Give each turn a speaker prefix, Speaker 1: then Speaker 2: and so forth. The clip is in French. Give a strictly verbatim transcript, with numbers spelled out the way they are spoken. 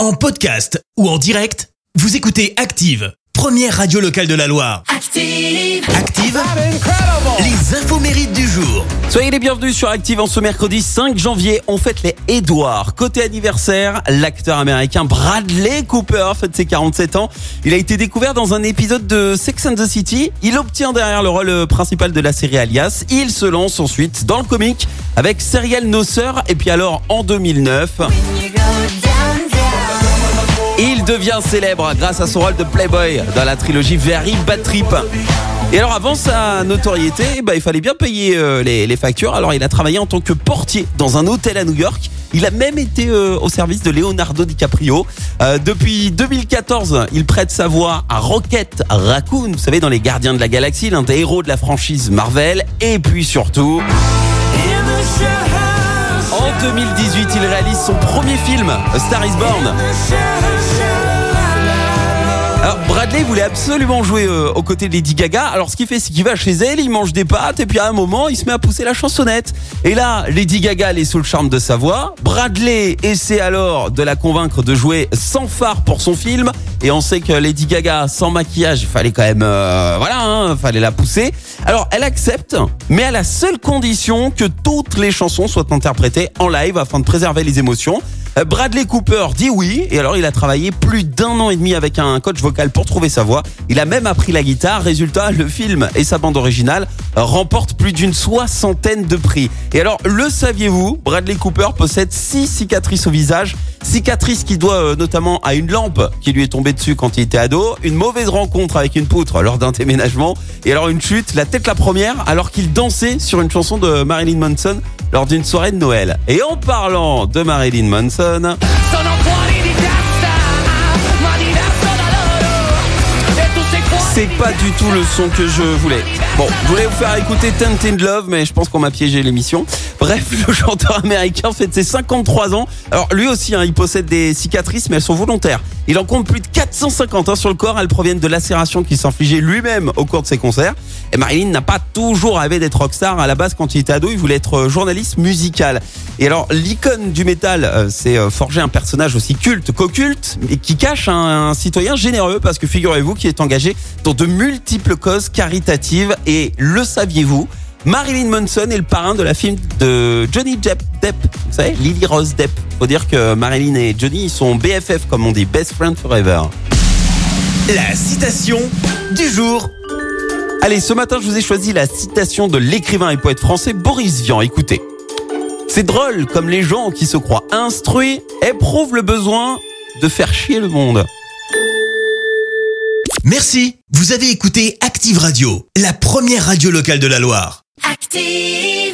Speaker 1: En podcast ou en direct, vous écoutez Active, première radio locale de la Loire. Active, Active, les infos mérites du jour.
Speaker 2: Soyez les bienvenus sur Active en ce mercredi cinq janvier. On fête les Edouard. Côté anniversaire, l'acteur américain Bradley Cooper fête ses quarante-sept ans. Il a été découvert dans un épisode de Sex and the City. Il obtient derrière le rôle principal de la série Alias. Il se lance ensuite dans le comique avec Serial No Sir. Et puis alors en deux mille neuf... il devient célèbre grâce à son rôle de Playboy dans la trilogie Very Bad Trip. Et alors avant sa notoriété, bah, il fallait bien payer euh, les, les factures. Alors il a travaillé en tant que portier dans un hôtel à New York. Il a même été euh, au service de Leonardo DiCaprio. Euh, depuis deux mille quatorze, il prête sa voix à Rocket Raccoon, vous savez, dans Les Gardiens de la Galaxie, l'un des héros de la franchise Marvel. Et puis surtout... en deux mille dix-huit, il réalise son premier film, A Star is Born. Alors Bradley voulait absolument jouer euh, aux côtés de Lady Gaga. Alors ce qu'il fait, c'est qu'il va chez elle, il mange des pâtes et puis à un moment, il se met à pousser la chansonnette. Et là, Lady Gaga, elle est sous le charme de sa voix. Bradley essaie alors de la convaincre de jouer sans phare pour son film. Et on sait que Lady Gaga, sans maquillage, il fallait quand même, euh, voilà, hein, fallait la pousser. Alors elle accepte, mais à la seule condition que toutes les chansons soient interprétées en live afin de préserver les émotions. Bradley Cooper dit oui, et alors il a travaillé plus d'un an et demi avec un coach vocal pour trouver sa voix. Il a même appris la guitare. Résultat, le film et sa bande originale remportent plus d'une soixantaine de prix. Et alors, le saviez-vous, Bradley Cooper possède six cicatrices au visage. Cicatrices qui doivent notamment à une lampe qui lui est tombée dessus quand il était ado, une mauvaise rencontre avec une poutre lors d'un déménagement, et alors une chute, la tête la première, alors qu'il dansait sur une chanson de Marilyn Manson lors d'une soirée de Noël. Et en parlant de Marilyn Manson... c'est pas du tout le son que je voulais. Bon, je voulais vous faire écouter Tainted Love, mais je pense qu'on m'a piégé l'émission. Bref, le chanteur américain fête ses cinquante-trois ans. Alors lui aussi, hein, il possède des cicatrices, mais elles sont volontaires. Il en compte plus de quatre cent cinquante hein, sur le corps. Elles proviennent de lacérations qu'il s'infligeait lui-même au cours de ses concerts. Et Marilyn n'a pas toujours rêvé d'être rockstar. À la base, quand il était ado, il voulait être journaliste musical. Et alors, l'icône du métal euh, s'est euh, forgé un personnage aussi culte qu'occulte, mais qui cache un, un citoyen généreux, parce que figurez-vous qu'il est engagé dans de multiples causes caritatives. Et le saviez-vous, Marilyn Manson est le parrain de la film de Johnny Depp, Depp vous savez, Lily Rose Depp. Faut dire que Marilyn et Johnny, ils sont B F F, comme on dit, Best Friend Forever.
Speaker 1: La citation du jour.
Speaker 2: Allez, ce matin, je vous ai choisi la citation de l'écrivain et poète français Boris Vian. Écoutez. C'est drôle comme les gens qui se croient instruits éprouvent le besoin de faire chier le monde.
Speaker 1: Merci. Vous avez écouté Active Radio, la première radio locale de la Loire. Active!